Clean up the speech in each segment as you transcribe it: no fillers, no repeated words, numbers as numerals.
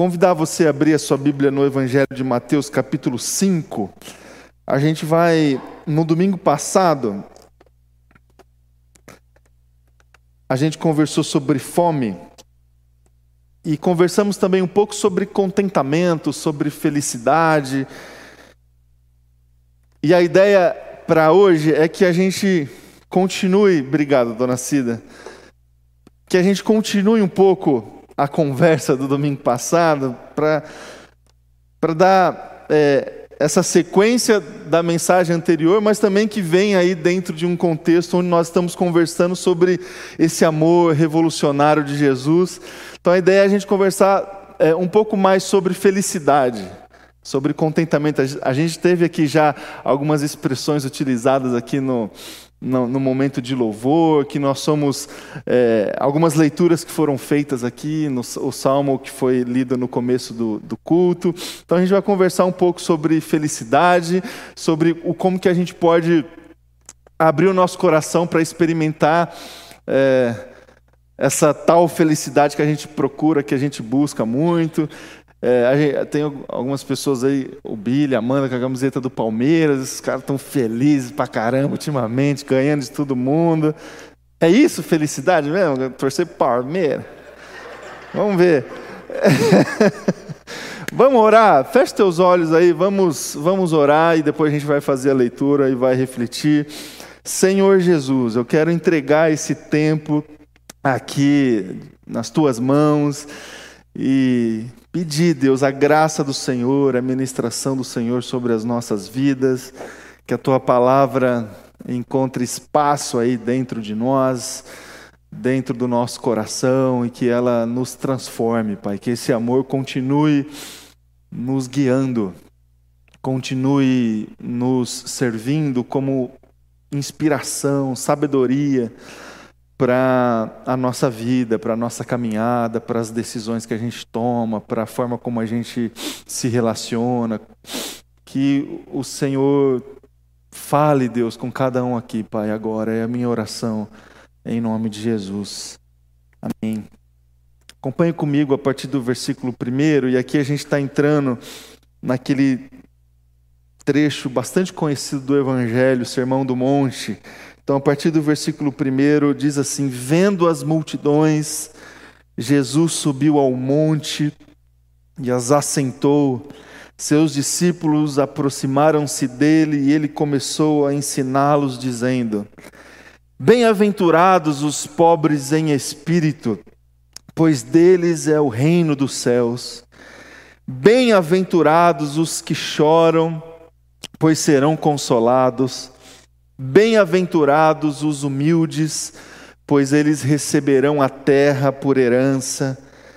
Convidar você a abrir a sua Bíblia no Evangelho de Mateus, capítulo 5. A gente vai, no domingo passado, a gente conversou sobre fome e conversamos também um pouco sobre contentamento, sobre felicidade. E a ideia para hoje é que a gente continue, obrigado, dona Cida, que a gente continue um pouco a conversa do domingo passado para dar essa sequência da mensagem anterior, mas também que vem aí dentro de um contexto onde nós estamos conversando sobre esse amor revolucionário de Jesus. Então a ideia é a gente conversar um pouco mais sobre felicidade, sobre contentamento. A gente teve aqui já algumas expressões utilizadas aqui no momento de louvor, que nós somos, algumas leituras que foram feitas aqui, o salmo que foi lido no começo do culto. Então a gente vai conversar um pouco sobre felicidade, sobre como que a gente pode abrir o nosso coração para experimentar essa tal felicidade que a gente procura, que a gente busca muito. Tem algumas pessoas aí, o Billy, a Amanda, com a camiseta do Palmeiras, esses caras estão felizes pra caramba ultimamente, ganhando de todo mundo. É isso, felicidade mesmo? Torcer pro Palmeiras? Vamos ver. Vamos orar? Feche teus olhos aí, vamos orar e depois a gente vai fazer a leitura e vai refletir. Senhor Jesus, eu quero entregar esse tempo aqui nas tuas mãos e pedir, Deus, a graça do Senhor, a ministração do Senhor sobre as nossas vidas, que a Tua palavra encontre espaço aí dentro de nós, dentro do nosso coração, e que ela nos transforme, Pai, que esse amor continue nos guiando, continue nos servindo como inspiração, sabedoria, para a nossa vida, para a nossa caminhada, para as decisões que a gente toma, para a forma como a gente se relaciona. Que o Senhor fale, Deus, com cada um aqui, Pai, agora. É a minha oração, em nome de Jesus. Amém. Acompanhe comigo a partir do versículo 1, e aqui a gente está entrando naquele trecho bastante conhecido do Evangelho, o Sermão do Monte. Então, a partir do versículo 1, diz assim: vendo as multidões, Jesus subiu ao monte e as assentou. Seus discípulos aproximaram-se dele e ele começou a ensiná-los, dizendo: bem-aventurados os pobres em espírito, pois deles é o reino dos céus. Bem-aventurados os que choram, pois serão consolados. Bem-aventurados os humildes, pois eles receberão a terra por herança.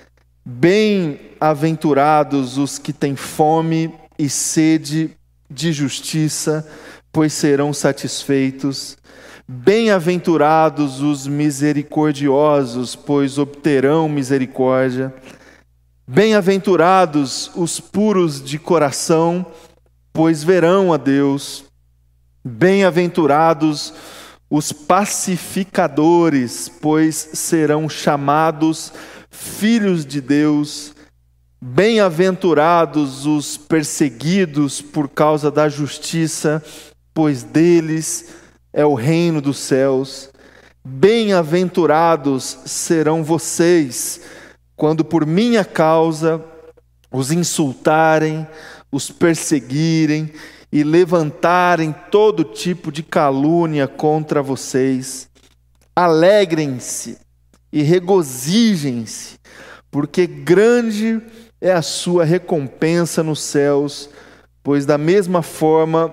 Bem-aventurados os que têm fome e sede de justiça, pois serão satisfeitos. Bem-aventurados os misericordiosos, pois obterão misericórdia. Bem-aventurados os puros de coração, pois verão a Deus. Bem-aventurados os pacificadores, pois serão chamados filhos de Deus. Bem-aventurados os perseguidos por causa da justiça, pois deles é o reino dos céus. Bem-aventurados serão vocês, quando por minha causa os insultarem, os perseguirem e levantarem todo tipo de calúnia contra vocês. Alegrem-se e regozijem-se, porque grande é a sua recompensa nos céus, pois da mesma forma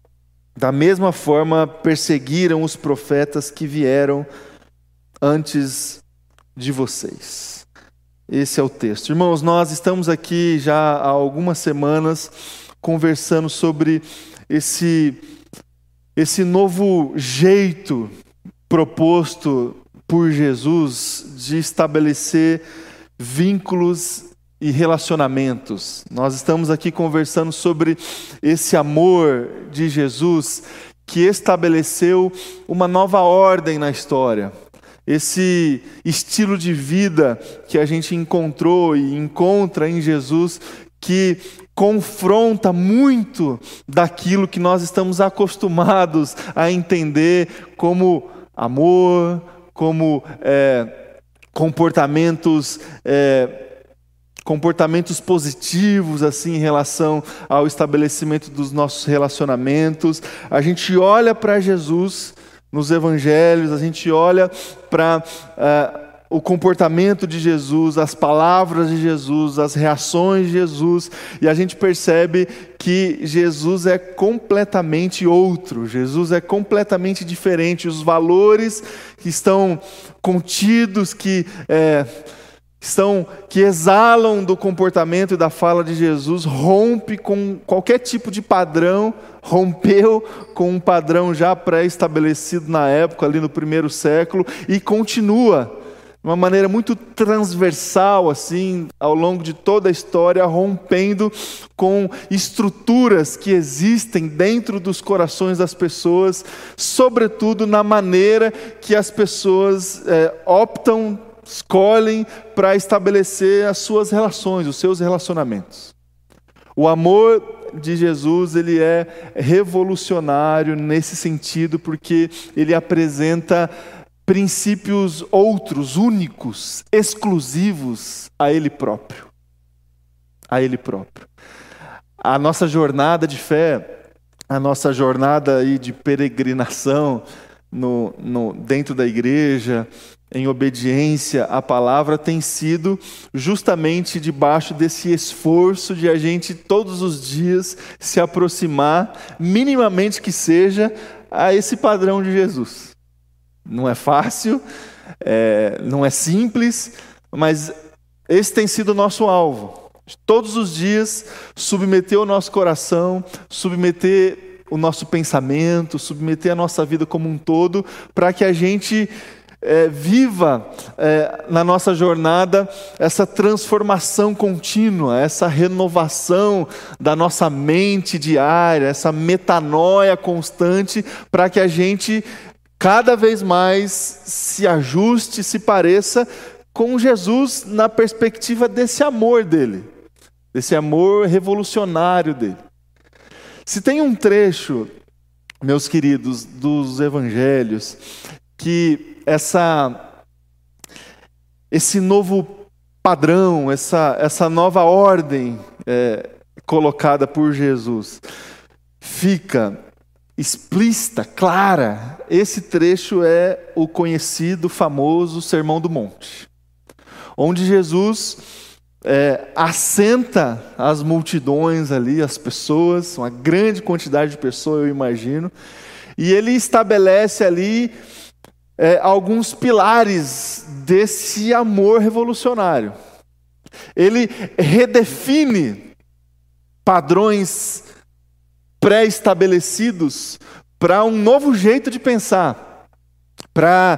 perseguiram os profetas que vieram antes de vocês. Esse é o texto. Irmãos, nós estamos aqui já há algumas semanas conversando sobre esse novo jeito proposto por Jesus de estabelecer vínculos e relacionamentos. Nós estamos aqui conversando sobre esse amor de Jesus que estabeleceu uma nova ordem na história. esse estilo de vida que a gente encontrou e encontra em Jesus, que confronta muito daquilo que nós estamos acostumados a entender como amor, como comportamentos positivos assim em relação ao estabelecimento dos nossos relacionamentos. A gente olha para Jesus nos evangelhos, a gente olha para o comportamento de Jesus, as palavras de Jesus, as reações de Jesus, e a gente percebe que Jesus é completamente outro, Jesus é completamente diferente. Os valores que estão contidos, que exalam do comportamento e da fala de Jesus, rompe com qualquer tipo de padrão, rompeu com um padrão já pré-estabelecido na época, ali no primeiro século, e continua de uma maneira muito transversal, assim, ao longo de toda a história, rompendo com estruturas que existem dentro dos corações das pessoas, sobretudo na maneira que as pessoas optam, escolhem para estabelecer as suas relações, os seus relacionamentos. O amor de Jesus, ele é revolucionário nesse sentido, porque ele apresenta princípios outros, únicos, exclusivos a Ele próprio. A Ele próprio. A nossa jornada de fé, a nossa jornada aí de peregrinação dentro da igreja, em obediência à palavra, tem sido justamente debaixo desse esforço de a gente todos os dias se aproximar, minimamente que seja, a esse padrão de Jesus. Não é fácil, não é simples, mas esse tem sido o nosso alvo. Todos os dias, submeter o nosso coração, submeter o nosso pensamento, submeter a nossa vida como um todo, para que a gente viva na nossa jornada essa transformação contínua, essa renovação da nossa mente diária, essa metanoia constante, para que a gente cada vez mais se ajuste, se pareça com Jesus na perspectiva desse amor dele, desse amor revolucionário dele. Se tem um trecho, meus queridos, dos evangelhos, que esse novo padrão, essa nova ordem colocada por Jesus fica explícita, clara, esse trecho é o conhecido, famoso Sermão do Monte, onde Jesus assenta as multidões ali, as pessoas, uma grande quantidade de pessoas, eu imagino, e ele estabelece ali alguns pilares desse amor revolucionário. Ele redefine padrões pré-estabelecidos para um novo jeito de pensar, para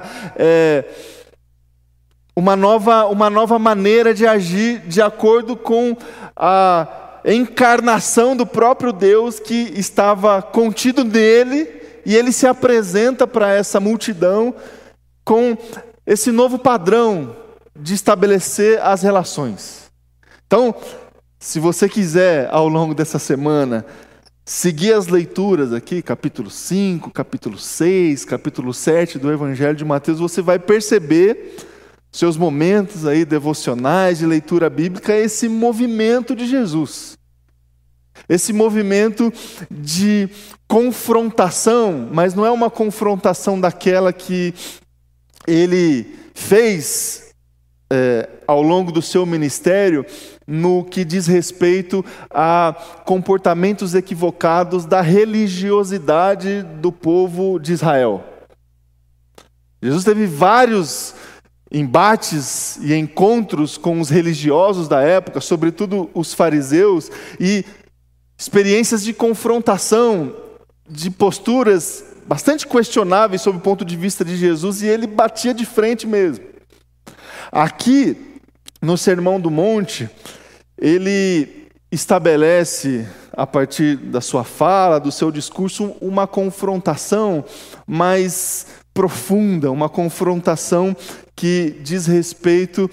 uma nova maneira de agir de acordo com a encarnação do próprio Deus que estava contido nele, e ele se apresenta para essa multidão com esse novo padrão de estabelecer as relações. Então, se você quiser, ao longo dessa semana, seguir as leituras aqui, capítulo 5, capítulo 6, capítulo 7 do Evangelho de Mateus, você vai perceber, seus momentos aí devocionais de leitura bíblica, esse movimento de Jesus. Esse movimento de confrontação, mas não é uma confrontação daquela que ele fez ao longo do seu ministério, no que diz respeito a comportamentos equivocados da religiosidade do povo de Israel. Jesus teve vários embates e encontros com os religiosos da época, sobretudo os fariseus, e experiências de confrontação, de posturas bastante questionáveis sob o ponto de vista de Jesus, e ele batia de frente mesmo. Aqui, no Sermão do Monte, ele estabelece, a partir da sua fala, do seu discurso, uma confrontação mais profunda, uma confrontação que diz respeito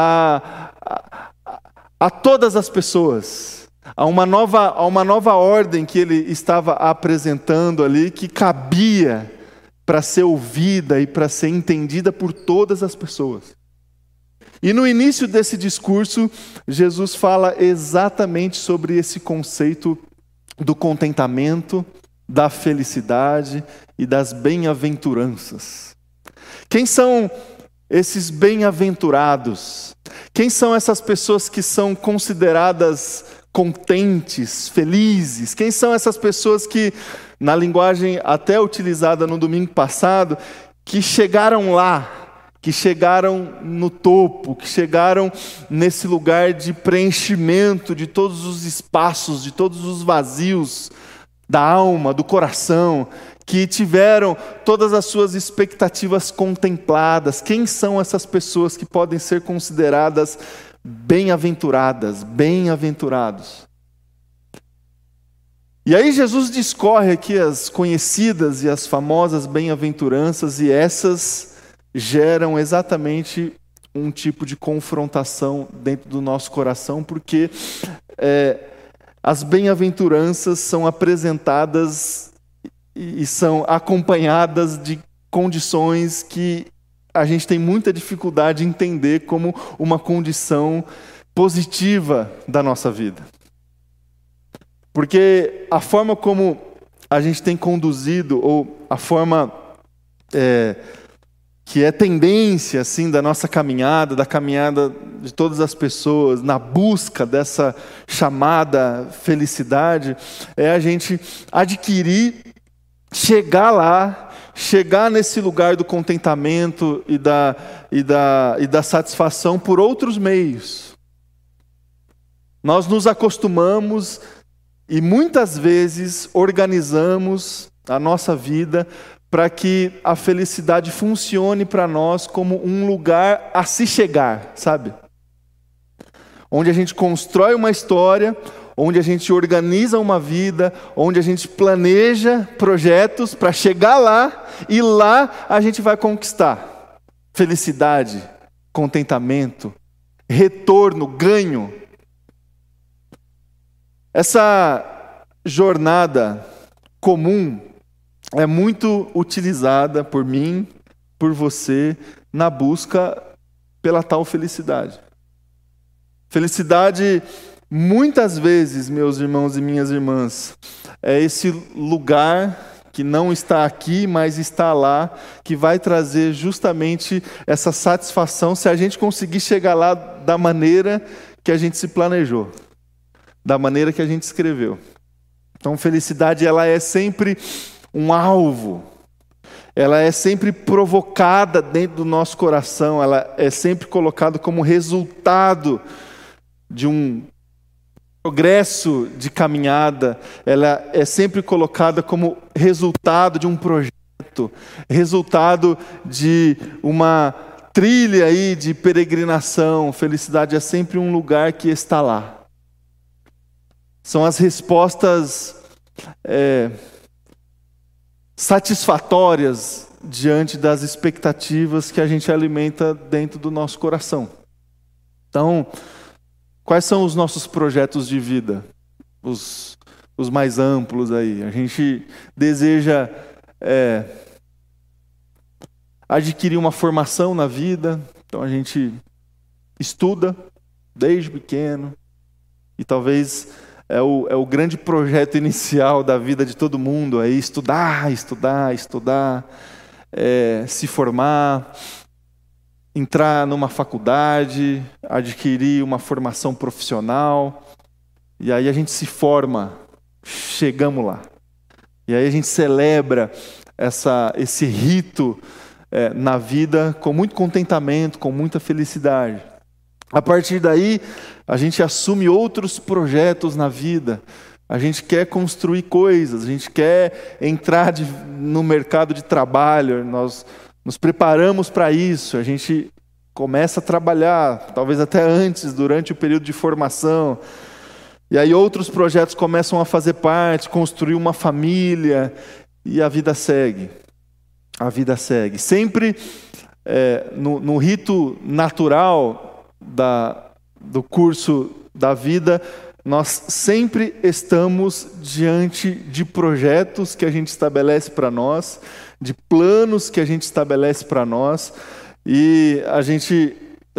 a todas as pessoas, a uma nova ordem que ele estava apresentando ali, que cabia para ser ouvida e para ser entendida por todas as pessoas. E no início desse discurso, Jesus fala exatamente sobre esse conceito do contentamento, da felicidade e das bem-aventuranças. Quem são esses bem-aventurados? Quem são essas pessoas que são consideradas contentes, felizes? Quem são essas pessoas que, na linguagem até utilizada no domingo passado, que chegaram lá, que chegaram no topo, que chegaram nesse lugar de preenchimento de todos os espaços, de todos os vazios da alma, do coração, que tiveram todas as suas expectativas contempladas? Quem são essas pessoas que podem ser consideradas bem-aventuradas, bem-aventurados? E aí Jesus discorre aqui as conhecidas e as famosas bem-aventuranças, e essas geram exatamente um tipo de confrontação dentro do nosso coração, porque as bem-aventuranças são apresentadas e são acompanhadas de condições que a gente tem muita dificuldade de entender como uma condição positiva da nossa vida. Porque a forma como a gente tem conduzido, ou a forma que é tendência assim, da nossa caminhada, da caminhada de todas as pessoas, na busca dessa chamada felicidade, é a gente adquirir, chegar lá, chegar nesse lugar do contentamento e da satisfação por outros meios. Nós nos acostumamos e muitas vezes organizamos a nossa vida para que a felicidade funcione para nós como um lugar a se chegar, sabe? Onde a gente constrói uma história, onde a gente organiza uma vida, onde a gente planeja projetos para chegar lá, e lá a gente vai conquistar felicidade, contentamento, retorno, ganho. Essa jornada comum é muito utilizada por mim, por você, na busca pela tal felicidade. Felicidade, muitas vezes, meus irmãos e minhas irmãs, é esse lugar que não está aqui, mas está lá, que vai trazer justamente essa satisfação se a gente conseguir chegar lá da maneira que a gente se planejou, da maneira que a gente escreveu. Então, felicidade, ela é sempre um alvo, ela é sempre provocada dentro do nosso coração, ela é sempre colocada como resultado de um progresso de caminhada, ela é sempre colocada como resultado de um projeto, resultado de uma trilha aí de peregrinação. Felicidade é sempre um lugar que está lá. São as respostas satisfatórias diante das expectativas que a gente alimenta dentro do nosso coração. Então, quais são os nossos projetos de vida? Os mais amplos aí. A gente deseja adquirir uma formação na vida, então a gente estuda desde pequeno, e talvez é o grande projeto inicial da vida de todo mundo, é estudar, se formar, entrar numa faculdade, adquirir uma formação profissional, e aí a gente se forma, chegamos lá. E aí a gente celebra esse rito na vida com muito contentamento, com muita felicidade. A partir daí, a gente assume outros projetos na vida. A gente quer construir coisas, a gente quer entrar no mercado de trabalho, nós nos preparamos para isso, a gente começa a trabalhar, talvez até antes, durante o período de formação. E aí outros projetos começam a fazer parte, construir uma família, e a vida segue. a vida segue. Sempre no rito natural do curso da vida, nós sempre estamos diante de projetos que a gente estabelece para nós, de planos que a gente estabelece para nós, e a gente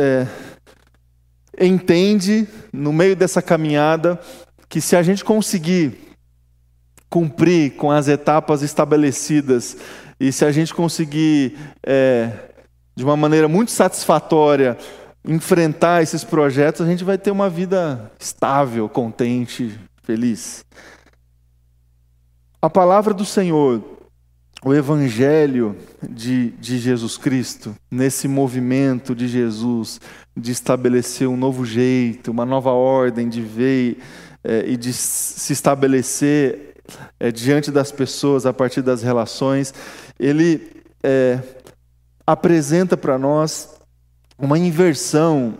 entende, no meio dessa caminhada, que se a gente conseguir cumprir com as etapas estabelecidas, e se a gente conseguir, de uma maneira muito satisfatória, enfrentar esses projetos, a gente vai ter uma vida estável, contente, feliz. A palavra do Senhor, o Evangelho de Jesus Cristo, nesse movimento de Jesus, de estabelecer um novo jeito, uma nova ordem de ver e de se estabelecer diante das pessoas, a partir das relações, ele apresenta para nós uma inversão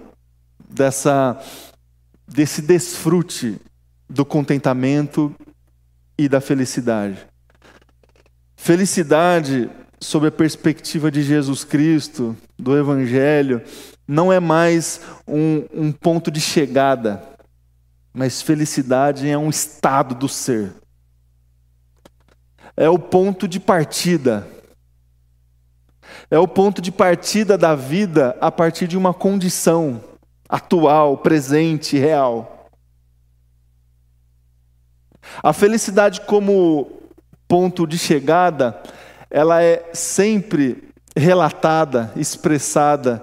desse desfrute do contentamento e da felicidade. Felicidade, sob a perspectiva de Jesus Cristo, do Evangelho, não é mais um ponto de chegada, mas felicidade é um estado do ser. É o ponto de partida. É o ponto de partida da vida a partir de uma condição atual, presente, real. A felicidade como ponto de chegada, ela é sempre relatada, expressada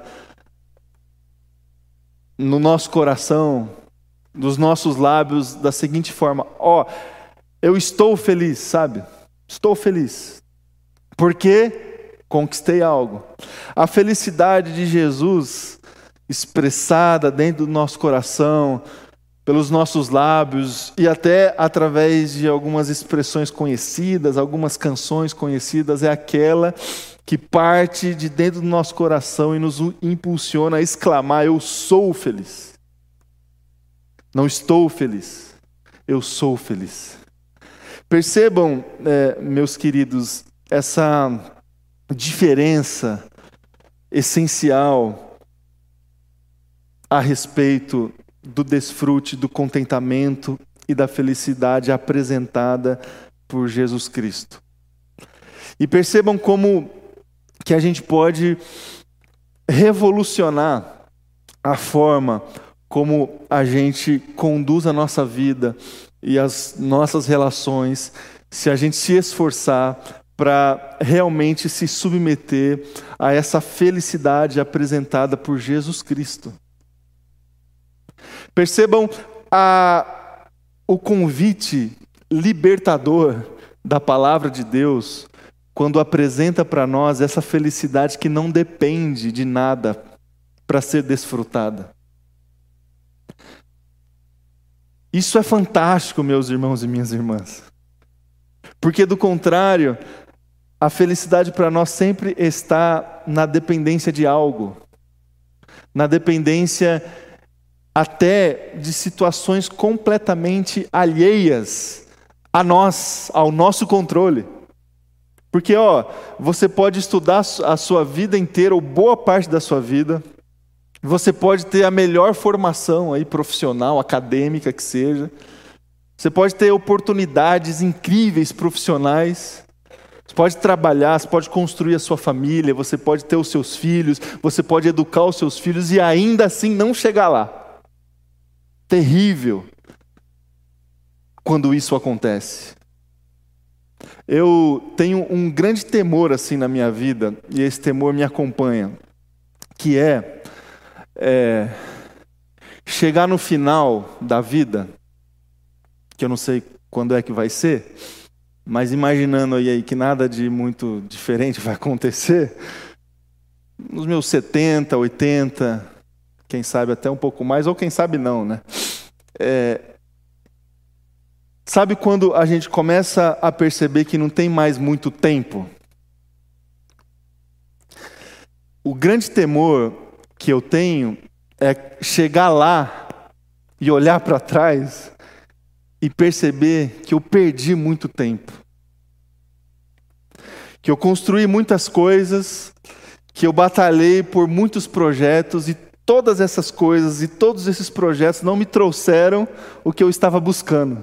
no nosso coração, nos nossos lábios, da seguinte forma: eu estou feliz, sabe? Estou feliz, porque conquistei algo. A felicidade de Jesus, expressada dentro do nosso coração, pelos nossos lábios e até através de algumas expressões conhecidas, algumas canções conhecidas, é aquela que parte de dentro do nosso coração e nos impulsiona a exclamar: eu sou feliz. Não estou feliz, eu sou feliz. Percebam, meus queridos, essa diferença essencial a respeito do desfrute, do contentamento e da felicidade apresentada por Jesus Cristo. E percebam como que a gente pode revolucionar a forma como a gente conduz a nossa vida e as nossas relações, se a gente se esforçar para realmente se submeter a essa felicidade apresentada por Jesus Cristo. Percebam o convite libertador da palavra de Deus, quando apresenta para nós essa felicidade que não depende de nada para ser desfrutada. Isso é fantástico, meus irmãos e minhas irmãs. Porque, do contrário, a felicidade para nós sempre está na dependência de algo, na dependência até de situações completamente alheias a nós, ao nosso controle. Porque, você pode estudar a sua vida inteira, ou boa parte da sua vida, você pode ter a melhor formação aí, profissional, acadêmica que seja, você pode ter oportunidades incríveis profissionais, você pode trabalhar, você pode construir a sua família, você pode ter os seus filhos, você pode educar os seus filhos e ainda assim não chegar lá. Terrível quando isso acontece. Eu tenho um grande temor assim na minha vida, e esse temor me acompanha, que é chegar no final da vida, que eu não sei quando é que vai ser, mas imaginando aí que nada de muito diferente vai acontecer, nos meus 70, 80, quem sabe até um pouco mais, ou quem sabe não, né? Sabe quando a gente começa a perceber que não tem mais muito tempo? O grande temor que eu tenho é chegar lá e olhar para trás e perceber que eu perdi muito tempo. que eu construí muitas coisas, que eu batalhei por muitos projetos, e todas essas coisas e todos esses projetos não me trouxeram o que eu estava buscando.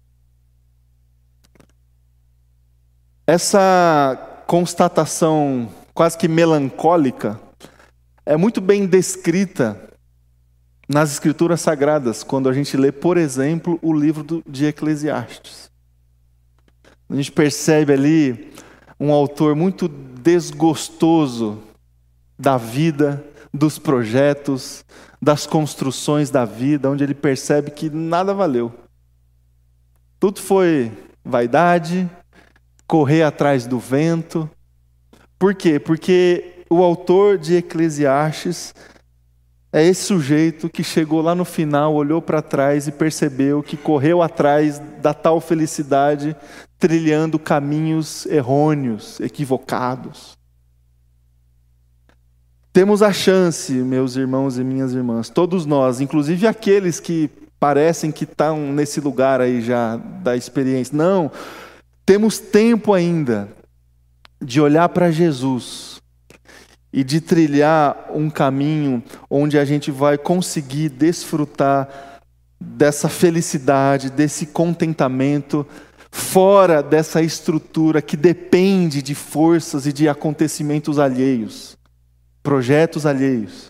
Essa constatação quase que melancólica é muito bem descrita nas Escrituras Sagradas, quando a gente lê, por exemplo, o livro de Eclesiastes. A gente percebe ali um autor muito desgostoso da vida, dos projetos, das construções da vida, onde ele percebe que nada valeu. Tudo foi vaidade, correr atrás do vento. Por quê? Porque o autor de Eclesiastes é esse sujeito que chegou lá no final, olhou para trás e percebeu que correu atrás da tal felicidade, trilhando caminhos errôneos, equivocados. Temos a chance, meus irmãos e minhas irmãs, todos nós, inclusive aqueles que parecem que estão nesse lugar aí já da experiência. Não, temos tempo ainda de olhar para Jesus e de trilhar um caminho onde a gente vai conseguir desfrutar dessa felicidade, desse contentamento, fora dessa estrutura que depende de forças e de acontecimentos alheios, projetos alheios.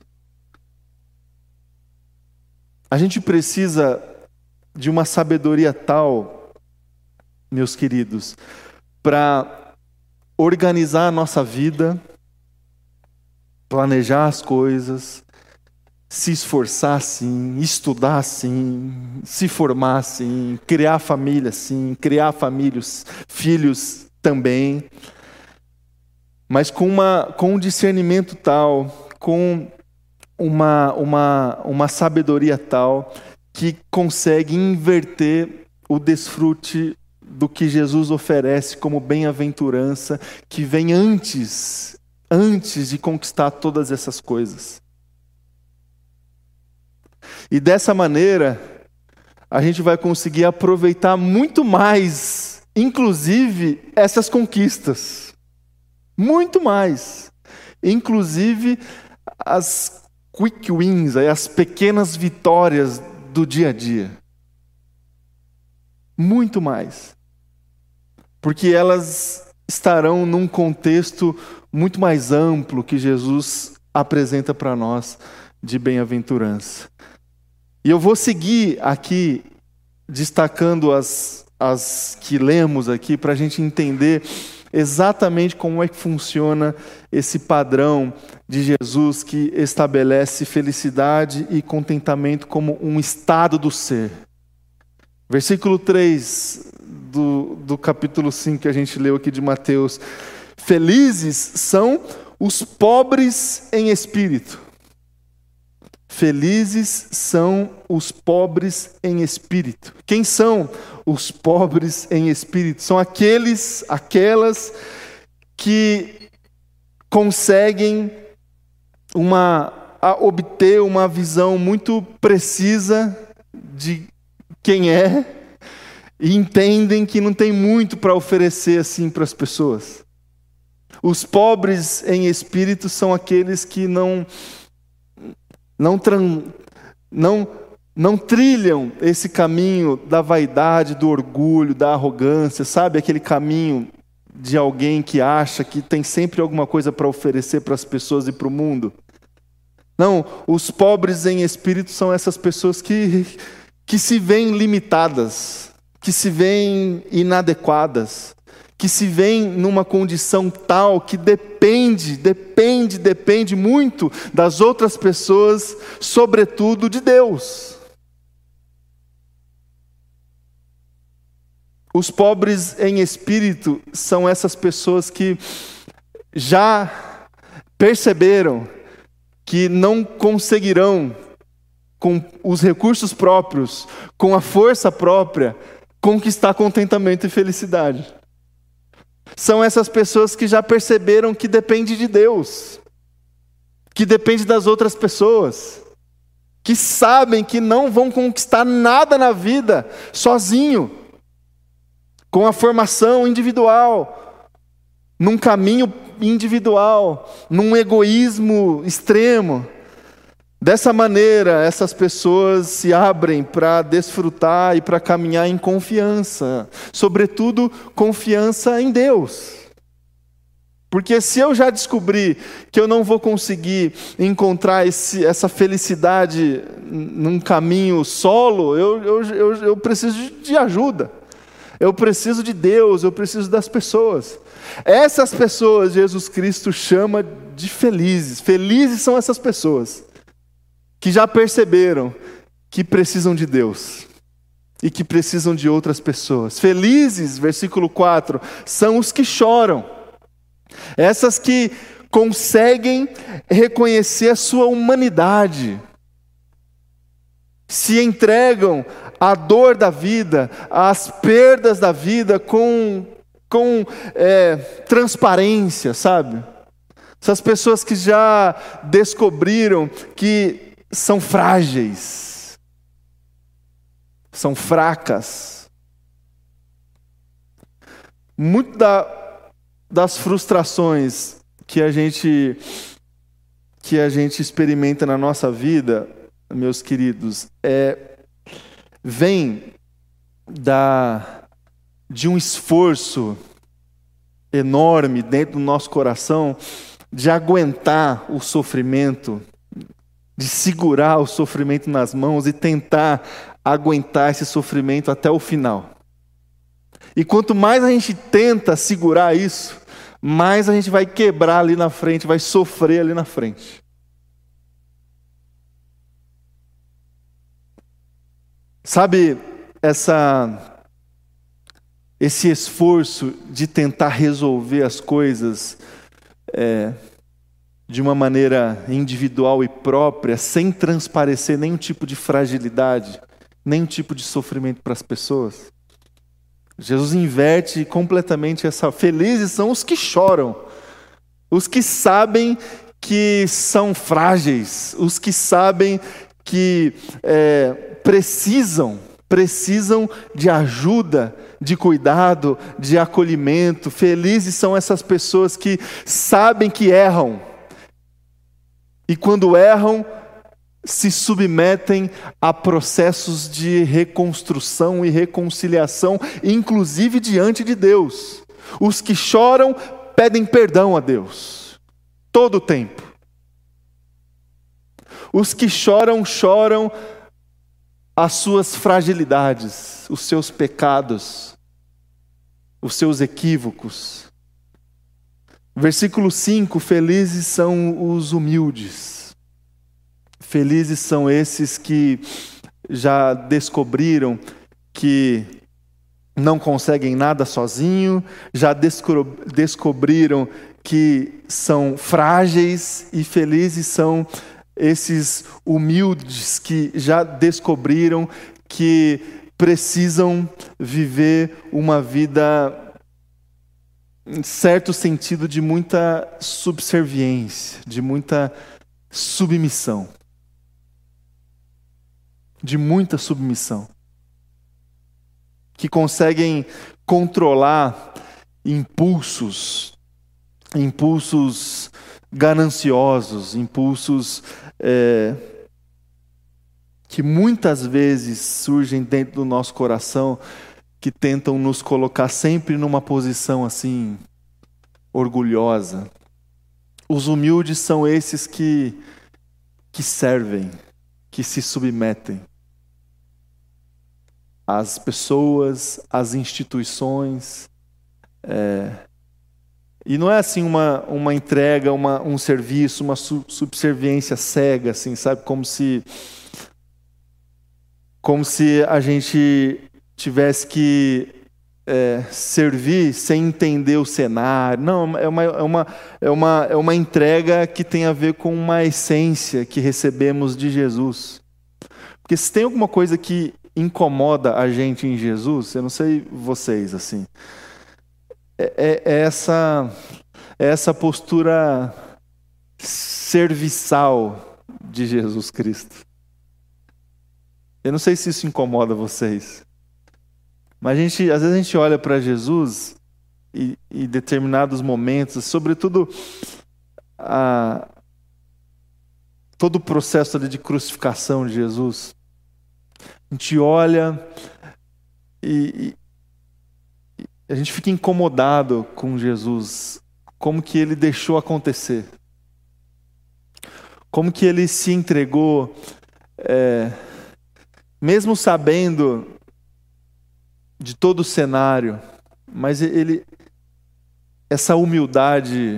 A gente precisa de uma sabedoria tal, meus queridos, para organizar a nossa vida, planejar as coisas, se esforçar sim, estudar sim, se formar sim, criar família sim, criar filhos também, mas com um discernimento tal, com uma sabedoria tal, que consegue inverter o desfrute do que Jesus oferece como bem-aventurança, que vem antes de conquistar todas essas coisas. E dessa maneira, a gente vai conseguir aproveitar muito mais, inclusive, essas conquistas. Muito mais. Inclusive, as quick wins, as pequenas vitórias do dia a dia. Muito mais. Porque elas estarão num contexto muito mais amplo que Jesus apresenta para nós de bem-aventurança. E eu vou seguir aqui destacando as que lemos aqui para a gente entender exatamente como é que funciona esse padrão de Jesus que estabelece felicidade e contentamento como um estado do ser. Versículo 3 do capítulo 5 que a gente leu aqui de Mateus. Felizes são os pobres em espírito. Felizes são os pobres em espírito. Quem são os pobres em espírito? São aquelas que conseguem obter uma visão muito precisa de quem é e entendem que não tem muito para oferecer assim para as pessoas. Os pobres em espírito são aqueles que não trilham esse caminho da vaidade, do orgulho, da arrogância, sabe? Aquele caminho de alguém que acha que tem sempre alguma coisa para oferecer para as pessoas e para o mundo. Não, os pobres em espírito são essas pessoas que se veem limitadas, que se veem inadequadas, que se veem numa condição tal que depende muito das outras pessoas, sobretudo de Deus. Os pobres em espírito são essas pessoas que já perceberam que não conseguirão, com os recursos próprios, com a força própria, conquistar contentamento e felicidade. São essas pessoas que já perceberam que depende de Deus, que depende das outras pessoas, que sabem que não vão conquistar nada na vida sozinho, com a formação individual, num caminho individual, num egoísmo extremo. Dessa maneira, essas pessoas se abrem para desfrutar e para caminhar em confiança, sobretudo confiança em Deus. Porque se eu já descobri que eu não vou conseguir encontrar essa felicidade num caminho solo, eu preciso de ajuda. Eu preciso de Deus, eu preciso das pessoas. Essas pessoas Jesus Cristo chama de felizes. Felizes são essas pessoas que já perceberam que precisam de Deus e que precisam de outras pessoas. Felizes, versículo 4, são os que choram. Essas que conseguem reconhecer a sua humanidade, se entregam à dor da vida, às perdas da vida com transparência, sabe? Essas pessoas que já descobriram que são frágeis, são fracas. Muito das frustrações que a gente experimenta na nossa vida, meus queridos, vem de um esforço enorme dentro do nosso coração de aguentar o sofrimento, de segurar o sofrimento nas mãos e tentar aguentar esse sofrimento até o final. E quanto mais a gente tenta segurar isso, mais a gente vai quebrar ali na frente, vai sofrer ali na frente. Sabe, esse esforço de tentar resolver as coisas de uma maneira individual e própria, sem transparecer nenhum tipo de fragilidade, nenhum tipo de sofrimento para as pessoas. Jesus inverte completamente essa. Felizes são os que choram, os que sabem que são frágeis, os que sabem que precisam de ajuda, de cuidado, de acolhimento. Felizes são essas pessoas que sabem que erram, e quando erram, se submetem a processos de reconstrução e reconciliação, inclusive diante de Deus. Os que choram pedem perdão a Deus, todo o tempo. Os que choram as suas fragilidades, os seus pecados, os seus equívocos. Versículo 5, felizes são os humildes. Felizes são esses que já descobriram que não conseguem nada sozinho, já descobriram que são frágeis, e felizes são esses humildes que já descobriram que precisam viver uma vida, em certo sentido, de muita subserviência, de muita submissão. De muita submissão. Que conseguem controlar impulsos gananciosos, impulsos que muitas vezes surgem dentro do nosso coração, que tentam nos colocar sempre numa posição assim, orgulhosa. Os humildes são esses que servem, que se submetem às pessoas, às instituições. E não é assim uma entrega, um serviço, uma subserviência cega, assim, sabe? Como se a gente tivesse que servir sem entender o cenário. Não, é uma entrega que tem a ver com uma essência que recebemos de Jesus. Porque se tem alguma coisa que incomoda a gente em Jesus, eu não sei vocês, assim, essa postura serviçal de Jesus Cristo. Eu não sei se isso incomoda vocês, mas às vezes a gente olha para Jesus e determinados momentos, sobretudo todo o processo ali de crucificação de Jesus. A gente olha e a gente fica incomodado com Jesus, como que ele deixou acontecer, como que ele se entregou, mesmo sabendo de todo o cenário, mas essa humildade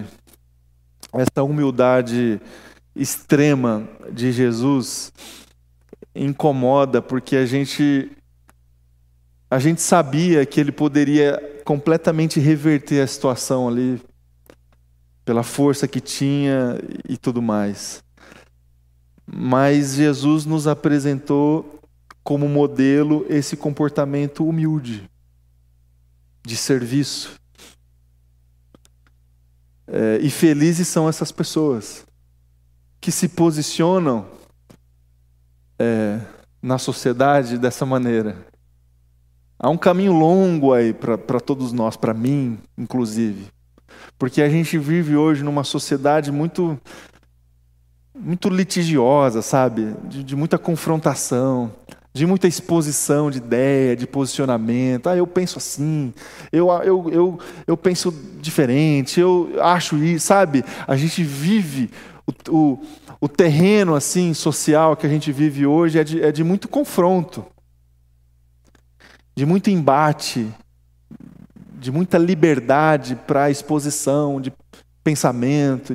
extrema de Jesus incomoda, porque a gente sabia que ele poderia completamente reverter a situação ali, pela força que tinha e tudo mais. Mas Jesus nos apresentou como modelo esse comportamento humilde, de serviço. E felizes são essas pessoas que se posicionam na sociedade dessa maneira. Há um caminho longo aí para todos nós, para mim, inclusive. Porque a gente vive hoje numa sociedade muito, muito litigiosa, sabe? De muita confrontação, de muita exposição de ideia, de posicionamento. Eu penso assim, eu penso diferente, eu acho isso, sabe? A gente vive o terreno assim social que a gente vive hoje é de muito confronto, de muito embate, de muita liberdade para exposição de pensamento,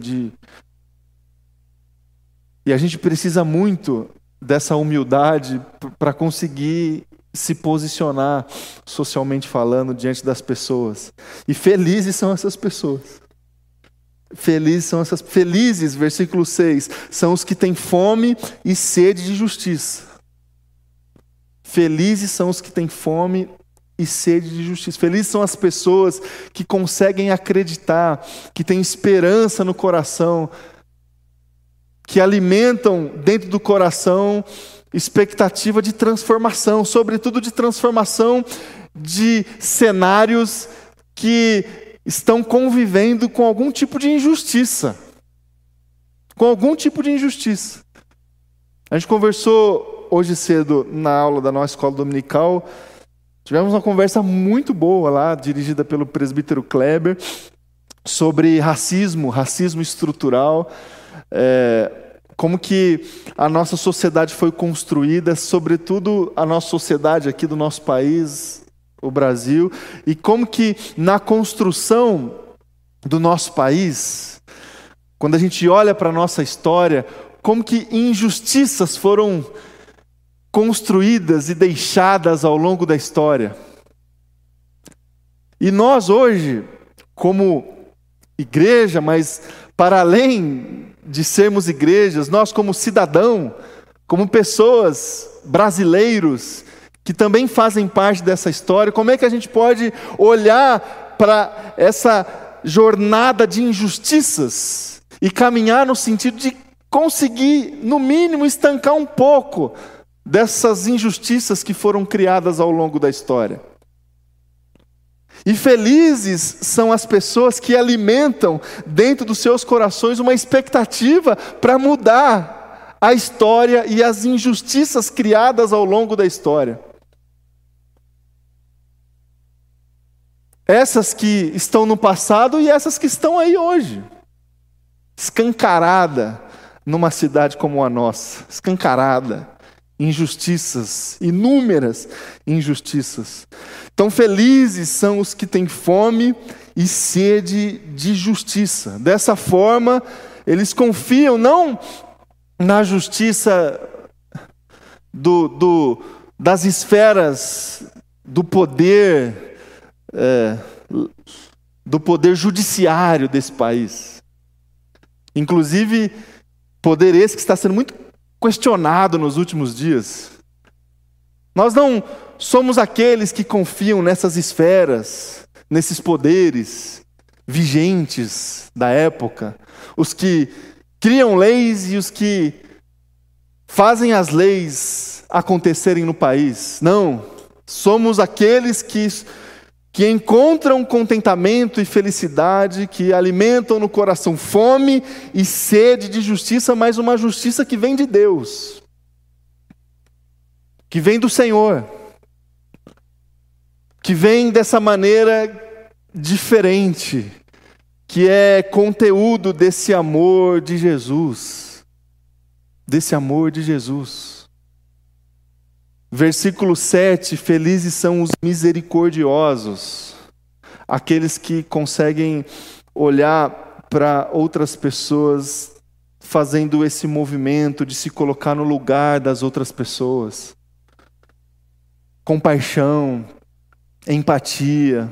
e a gente precisa muito dessa humildade para conseguir se posicionar socialmente falando diante das pessoas. E felizes são essas pessoas. Felizes, versículo 6, são os que têm fome e sede de justiça. Felizes são os que têm fome e sede de justiça. Felizes são as pessoas que conseguem acreditar, que têm esperança no coração, que alimentam dentro do coração expectativa de transformação, sobretudo de transformação de cenários que estão convivendo com algum tipo de injustiça. Com algum tipo de injustiça. A gente conversou hoje cedo na aula da nossa escola dominical, tivemos uma conversa muito boa lá, dirigida pelo presbítero Kleber, sobre racismo estrutural, como que a nossa sociedade foi construída, sobretudo a nossa sociedade aqui do nosso país, o Brasil, e como que na construção do nosso país, quando a gente olha para a nossa história, como que injustiças foram construídas e deixadas ao longo da história. E nós hoje, como igreja, mas para além de sermos igrejas, nós como cidadão, como pessoas, brasileiros, que também fazem parte dessa história, como é que a gente pode olhar para essa jornada de injustiças e caminhar no sentido de conseguir, no mínimo, estancar um pouco dessas injustiças que foram criadas ao longo da história? E felizes são as pessoas que alimentam dentro dos seus corações uma expectativa para mudar a história e as injustiças criadas ao longo da história. Essas que estão no passado e essas que estão aí hoje. Escancarada numa cidade como a nossa. Escancarada. Injustiças, inúmeras injustiças. Então felizes são os que têm fome e sede de justiça. Dessa forma, eles confiam não na justiça das esferas do poder, do poder judiciário desse país. Inclusive, poder esse que está sendo muito questionado nos últimos dias. Nós não somos aqueles que confiam nessas esferas, nesses poderes vigentes da época, os que criam leis e os que fazem as leis acontecerem no país. Não, somos aqueles que que encontram contentamento e felicidade, que alimentam no coração fome e sede de justiça, mas uma justiça que vem de Deus, que vem do Senhor, que vem dessa maneira diferente, que é conteúdo desse amor de Jesus, desse amor de Jesus. Versículo 7, felizes são os misericordiosos, aqueles que conseguem olhar para outras pessoas fazendo esse movimento de se colocar no lugar das outras pessoas. Compaixão, empatia.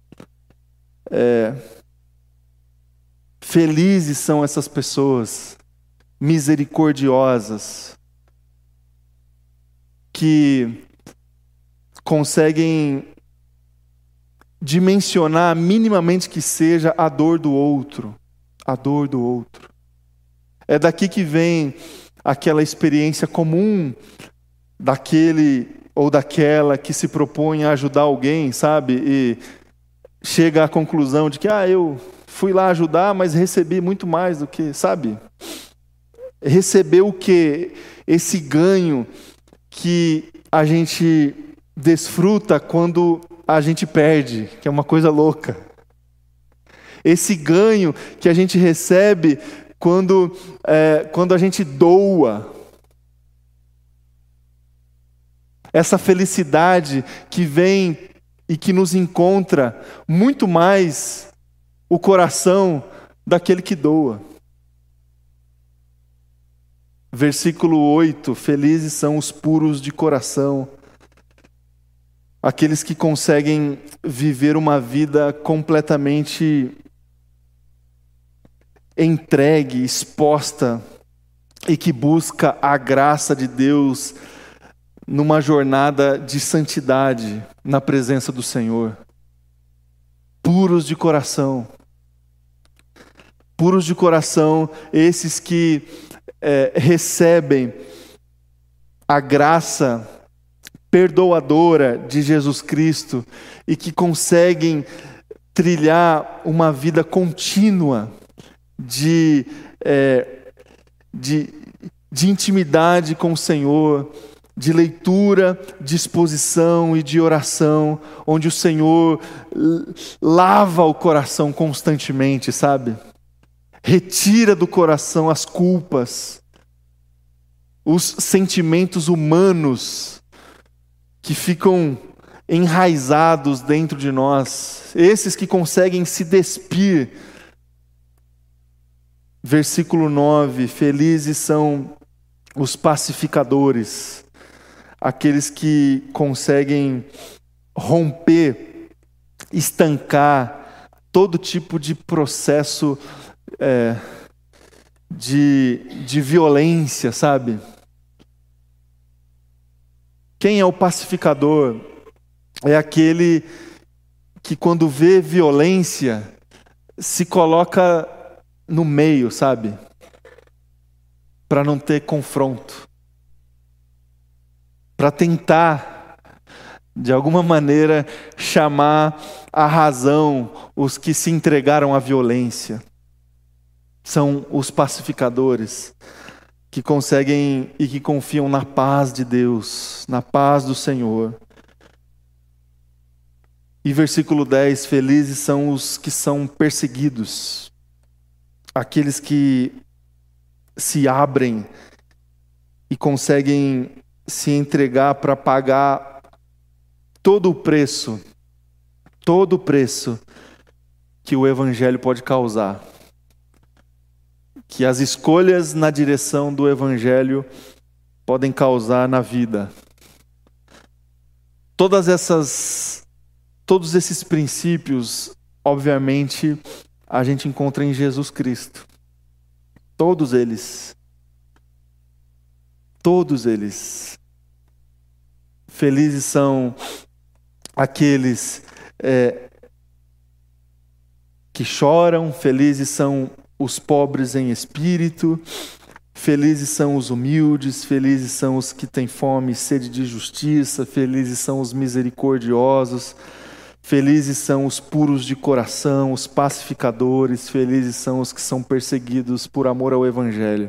Felizes são essas pessoas, misericordiosas, que conseguem dimensionar minimamente que seja a dor do outro, a dor do outro. É daqui que vem aquela experiência comum daquele ou daquela que se propõe a ajudar alguém, sabe? E chega à conclusão de que, eu fui lá ajudar, mas recebi muito mais do que, sabe? Recebeu o quê? Esse ganho que a gente desfruta quando a gente perde, que é uma coisa louca. Esse ganho que a gente recebe quando a gente doa. Essa felicidade que vem e que nos encontra muito mais o coração daquele que doa. Versículo 8, felizes são os puros de coração, aqueles que conseguem viver uma vida completamente entregue, exposta, e que busca a graça de Deus numa jornada de santidade na presença do Senhor. Puros de coração. Puros de coração, esses que recebem a graça perdoadora de Jesus Cristo e que conseguem trilhar uma vida contínua de intimidade com o Senhor, de leitura, de exposição e de oração, onde o Senhor lava o coração constantemente, sabe? Retira do coração as culpas, os sentimentos humanos que ficam enraizados dentro de nós, esses que conseguem se despir. Versículo 9, felizes são os pacificadores, aqueles que conseguem romper, estancar todo tipo de processo de violência, sabe? Quem é o pacificador? É aquele que, quando vê violência, se coloca no meio, sabe? Para não ter confronto. Para tentar, de alguma maneira, chamar à razão os que se entregaram à violência. São os pacificadores que conseguem e que confiam na paz de Deus, na paz do Senhor. E versículo 10, felizes são os que são perseguidos, aqueles que se abrem e conseguem se entregar para pagar todo o preço que o Evangelho pode causar. Que as escolhas na direção do Evangelho podem causar na vida. Todos esses princípios, obviamente, a gente encontra em Jesus Cristo. Todos eles. Todos eles. Felizes são aqueles que choram, felizes são os pobres em espírito, felizes são os humildes, felizes são os que têm fome e sede de justiça, felizes são os misericordiosos, Felizes são os puros de coração, os pacificadores, felizes são os que são perseguidos por amor ao Evangelho.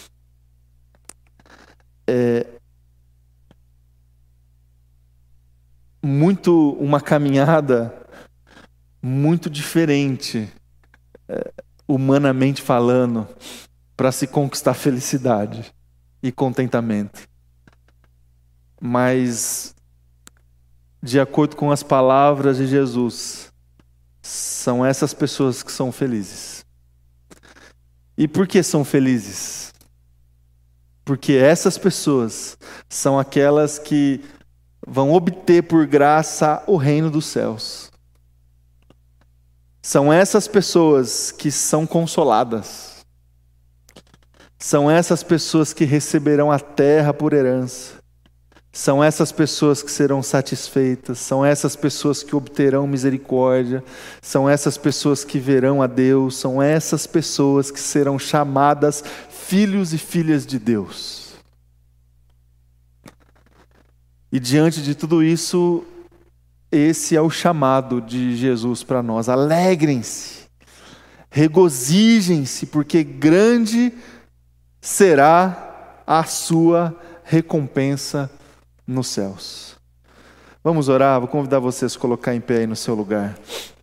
Uma caminhada muito diferente, humanamente falando, para se conquistar felicidade e contentamento. Mas, de acordo com as palavras de Jesus, são essas pessoas que são felizes. E por que são felizes? Porque essas pessoas são aquelas que vão obter por graça o reino dos céus. São essas pessoas que são consoladas. São essas pessoas que receberão a terra por herança. São essas pessoas que serão satisfeitas. São essas pessoas que obterão misericórdia. São essas pessoas que verão a Deus. São essas pessoas que serão chamadas filhos e filhas de Deus. E diante de tudo isso, esse é o chamado de Jesus para nós. Alegrem-se, regozijem-se, porque grande será a sua recompensa nos céus. Vamos orar, vou convidar vocês a colocar em pé aí no seu lugar.